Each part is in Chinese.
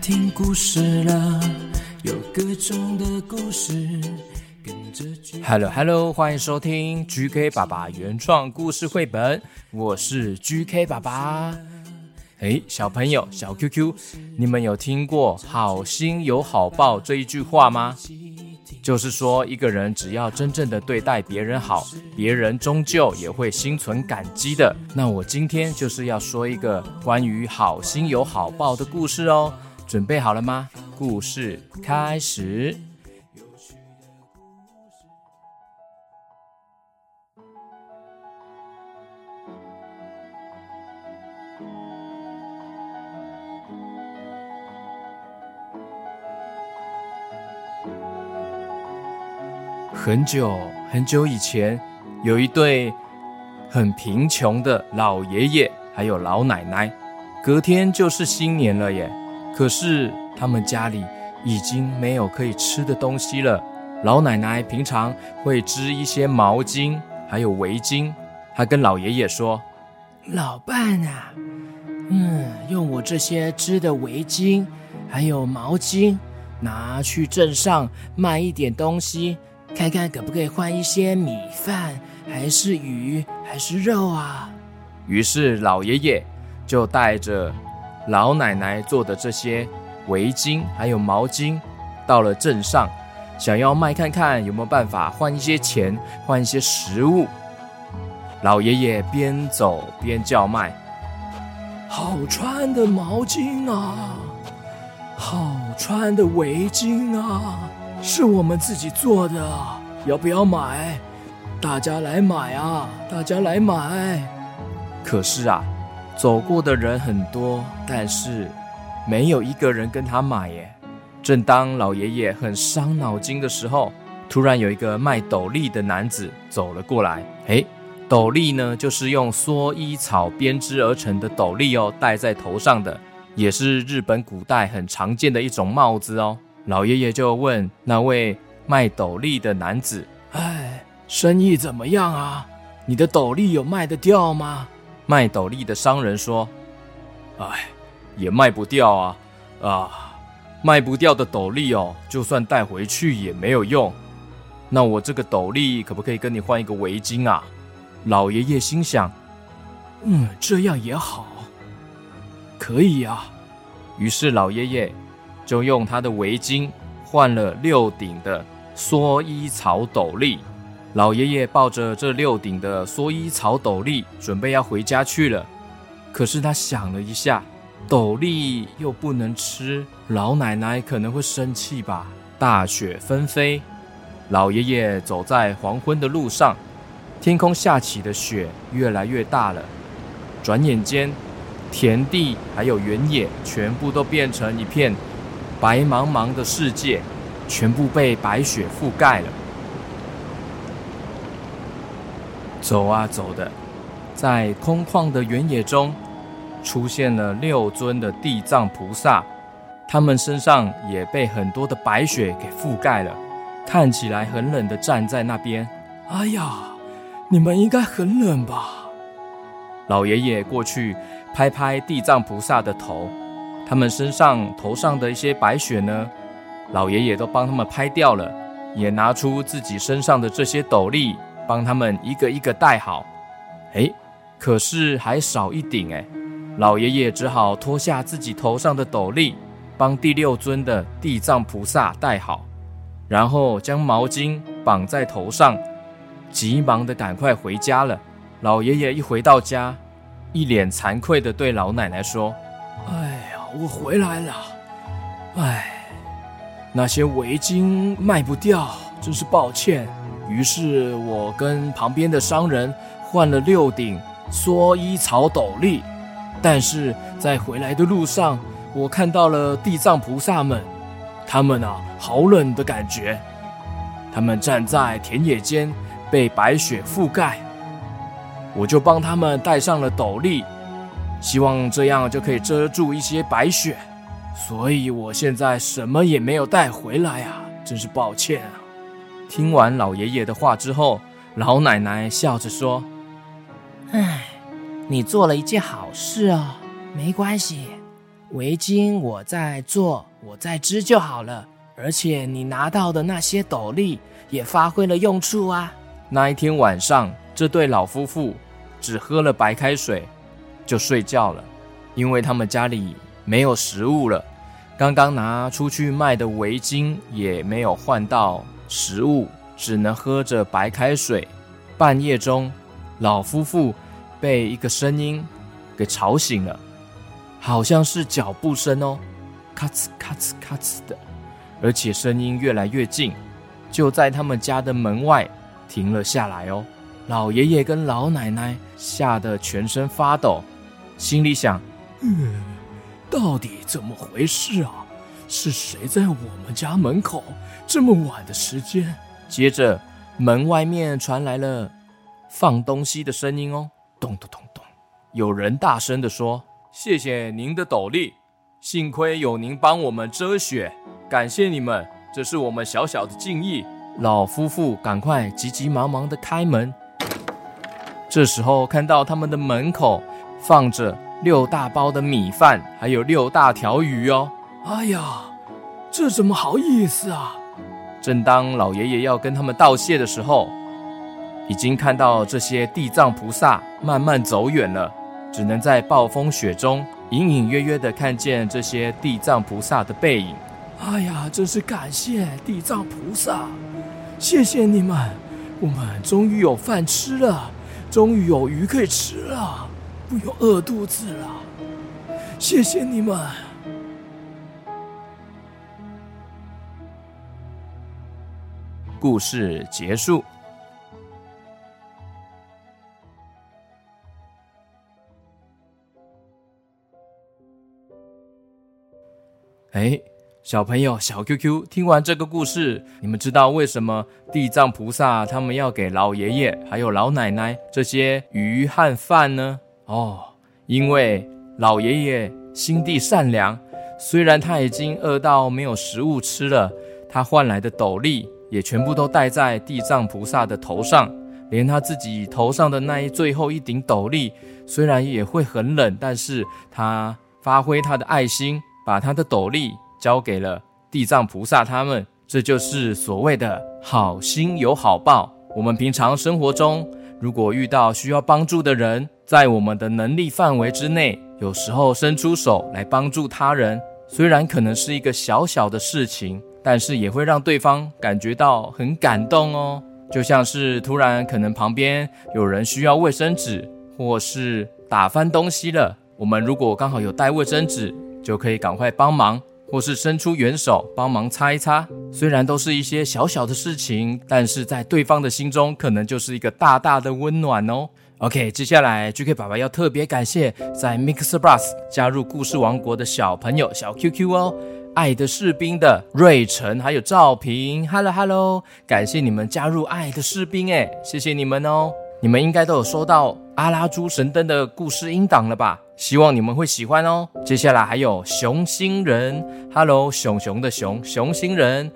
听故事了，有各种的故事，跟着 Hello， 欢迎收听 GK 爸爸原创故事绘本，我是 GK 爸爸。小朋友，小 QQ， 你们有听过好心有好报这一句话吗？就是说一个人只要真正的对待别人好，别人终究也会心存感激的。那我今天就是要说一个关于好心有好报的故事哦，准备好了吗？故事开始。很久很久以前，有一对很贫穷的老爷爷还有老奶奶，隔天就是新年了耶。可是他们家里已经没有可以吃的东西了。老奶奶平常会织一些毛巾还有围巾，她跟老爷爷说： 老伴啊，用我这些织的围巾还有毛巾拿去镇上卖一点东西，看看可不可以换一些米饭，还是鱼，还是肉啊？ 于是老爷爷就带着老奶奶做的这些围巾还有毛巾到了镇上，想要卖看看有没有办法换一些钱，换一些食物。老爷爷边走边叫卖： 好穿的毛巾啊，好穿的围巾啊，是我们自己做的，要不要买？大家来买啊，大家来买。 可是啊，走过的人很多，但是没有一个人跟他买耶。正当老爷爷很伤脑筋的时候，突然有一个卖斗笠的男子走了过来。斗笠呢，就是用蓑衣草编织而成的斗笠哦，戴在头上的，也是日本古代很常见的一种帽子哦。老爷爷就问那位卖斗笠的男子： 生意怎么样啊？你的斗笠有卖得掉吗？ 卖斗笠的商人说：也卖不掉啊，卖不掉的斗笠哦，就算带回去也没有用。那我这个斗笠可不可以跟你换一个围巾啊？老爷爷心想： 这样也好，可以啊。 于是老爷爷就用他的围巾换了6顶的蓑衣草斗笠。老爷爷抱着这6顶的蓑衣草斗笠，准备要回家去了。可是他想了一下，斗笠又不能吃，老奶奶可能会生气吧。大雪纷飞，老爷爷走在黄昏的路上，天空下起的雪越来越大了。转眼间，田地还有原野全部都变成一片白茫茫的世界，全部被白雪覆盖了。走啊走的，在空旷的原野中出现了6尊的地藏菩萨，他们身上也被很多的白雪给覆盖了，看起来很冷的站在那边。 哎呀，你们应该很冷吧？ 老爷爷过去拍拍地藏菩萨的头，他们头上的一些白雪呢，老爷爷都帮他们拍掉了，也拿出自己身上的这些斗笠，帮他们一个一个戴好。可是还少一顶老爷爷只好脱下自己头上的斗笠，帮第6尊的地藏菩萨戴好，然后将毛巾绑在头上，急忙的赶快回家了。老爷爷一回到家，一脸惭愧的对老奶奶说： 我回来了，那些围巾卖不掉，真是抱歉。于是我跟旁边的商人换了6顶蓑衣草斗笠，但是在回来的路上，我看到了地藏菩萨们，他们好冷的感觉，他们站在田野间被白雪覆盖，我就帮他们戴上了斗笠，希望这样就可以遮住一些白雪，所以我现在什么也没有带回来啊，真是抱歉啊。 听完老爷爷的话之后，老奶奶笑着说： 你做了一件好事哦，没关系， 围巾我在做，我在织就好了，而且你拿到的那些斗笠也发挥了用处啊。 那一天晚上，这对老夫妇只喝了白开水就睡觉了，因为他们家里没有食物了，刚刚拿出去卖的围巾也没有换到食物，只能喝着白开水。半夜中，老夫妇被一个声音给吵醒了，好像是脚步声哦，咔哧咔哧咔哧的，而且声音越来越近，就在他们家的门外停了下来哦。老爷爷跟老奶奶吓得全身发抖，心里想： 到底怎么回事啊？是谁在我们家门口这么晚的时间？ 接着门外面传来了放东西的声音哦，咚咚咚咚。有人大声地说：谢谢您的斗笠，幸亏有您帮我们遮雪，感谢你们，这是我们小小的敬意。老夫妇赶快急急忙忙地开门，这时候看到他们的门口放着6大包的米饭，还有6大条鱼哦。 哎呀，这怎么好意思啊？ 正当老爷爷要跟他们道谢的时候，已经看到这些地藏菩萨慢慢走远了，只能在暴风雪中隐隐约约地看见这些地藏菩萨的背影。 哎呀，真是感谢地藏菩萨，谢谢你们，我们终于有饭吃了，终于有鱼可以吃了，不用饿肚子了，谢谢你们。 故事结束。小朋友小 QQ 听完这个故事，你们知道为什么地藏菩萨他们要给老爷爷还有老奶奶这些鱼和饭呢？因为老爷爷心地善良，虽然他已经饿到没有食物吃了，他换来的斗笠也全部都戴在地藏菩萨的头上，连他自己头上的最后一顶斗笠，虽然也会很冷，但是他发挥他的爱心，把他的斗笠交给了地藏菩萨他们，这就是所谓的好心有好报。我们平常生活中，如果遇到需要帮助的人，在我们的能力范围之内，有时候伸出手来帮助他人，虽然可能是一个小小的事情，但是也会让对方感觉到很感动哦。就像是突然可能旁边有人需要卫生纸，或是打翻东西了，我们如果刚好有带卫生纸，就可以赶快帮忙，或是伸出援手帮忙擦一擦。虽然都是一些小小的事情，但是在对方的心中可能就是一个大大的温暖哦。OK， 接下来 GK 爸爸要特别感谢在 Mixer Plus 加入故事王国的小朋友小 QQ 哦，爱的士兵的瑞晨还有赵平 Hello， 感谢你们加入爱的士兵耶，谢谢你们哦。你们应该都有收到阿拉猪神灯的故事音档了吧，希望你们会喜欢哦。接下来还有熊星人 Hello， 熊熊的熊星人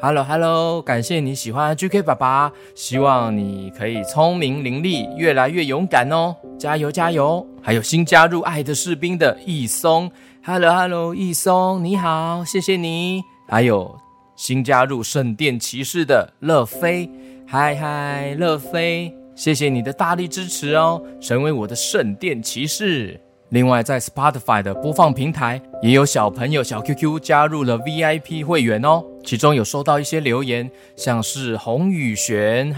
Hello， 感谢你喜欢 GK 爸爸，希望你可以聪明伶俐，越来越勇敢哦，加油加油。还有新加入爱的士兵的易松 Hello， 易松你好，谢谢你。还有新加入圣殿骑士的乐飞，嗨乐飞，谢谢你的大力支持哦，成为我的圣殿骑士。另外在 Spotify 的播放平台也有小朋友小 QQ 加入了 VIP 会员哦，其中有收到一些留言，像是洪宇璇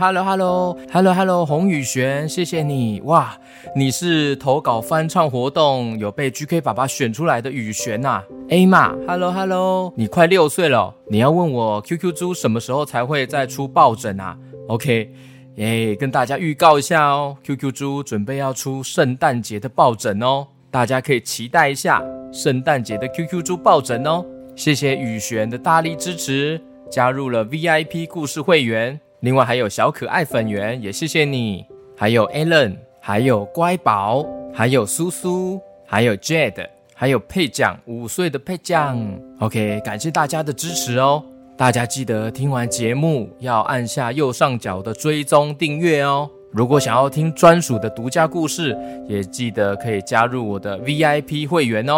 Hello 洪宇璇，谢谢你，哇，你是投稿翻唱活动有被 GK 爸爸选出来的宇璇啊。Emma Hello， 你快6岁了，你要问我 QQ 猪什么时候才会再出抱枕啊？ OK，跟大家预告一下哦， QQ 猪准备要出圣诞节的抱枕哦，大家可以期待一下圣诞节的 QQ 猪抱枕哦。谢谢宇璇的大力支持，加入了 VIP 故事会员。另外还有小可爱粉圆，也谢谢你，还有 Alan， 还有乖宝，还有苏苏，还有 Jade， 还有佩酱5岁的佩酱。 OK， 感谢大家的支持哦，大家记得听完节目要按下右上角的追踪订阅哦。如果想要听专属的独家故事，也记得可以加入我的 VIP 会员哦。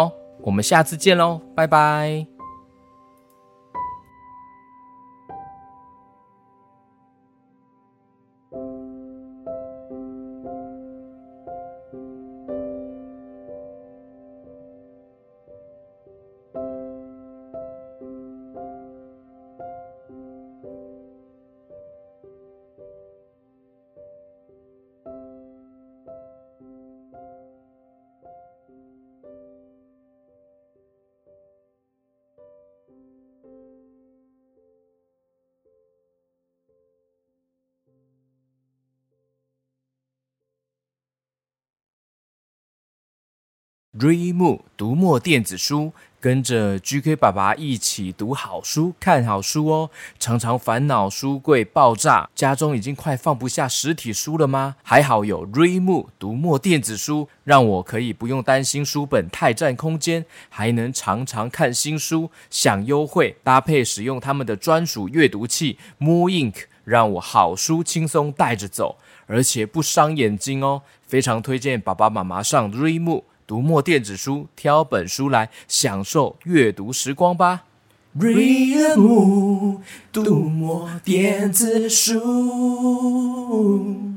我们下次见咯，拜拜。Readmoo 读墨电子书，跟着 GK 爸爸一起读好书、看好书哦。常常烦恼书柜爆炸，家中已经快放不下实体书了吗？还好有 Readmoo 读墨电子书，让我可以不用担心书本太占空间，还能常常看新书，享优惠，搭配使用他们的专属阅读器 mooInk， 让我好书轻松带着走，而且不伤眼睛哦。非常推荐爸爸妈妈上 Readmoo读墨电子书，挑本书来享受阅读时光吧。 Readmoo 读墨电子书。